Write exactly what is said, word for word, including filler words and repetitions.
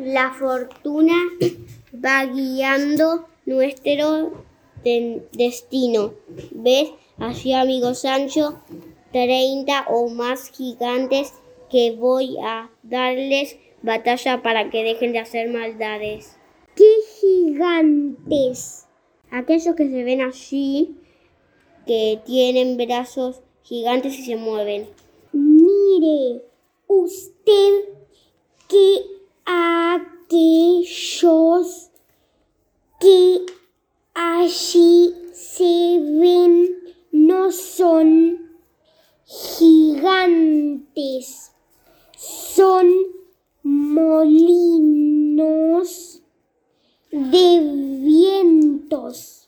La fortuna va guiando nuestro de- destino. ¿Ves? Allí, amigo Sancho, treinta o más gigantes que voy a darles batalla para que dejen de hacer maldades. ¿Qué gigantes? Aquellos que se ven allí, que tienen brazos gigantes y se mueven. Mire, usted que aquellos que allí se ven no son gigantes, son molinos de vientos.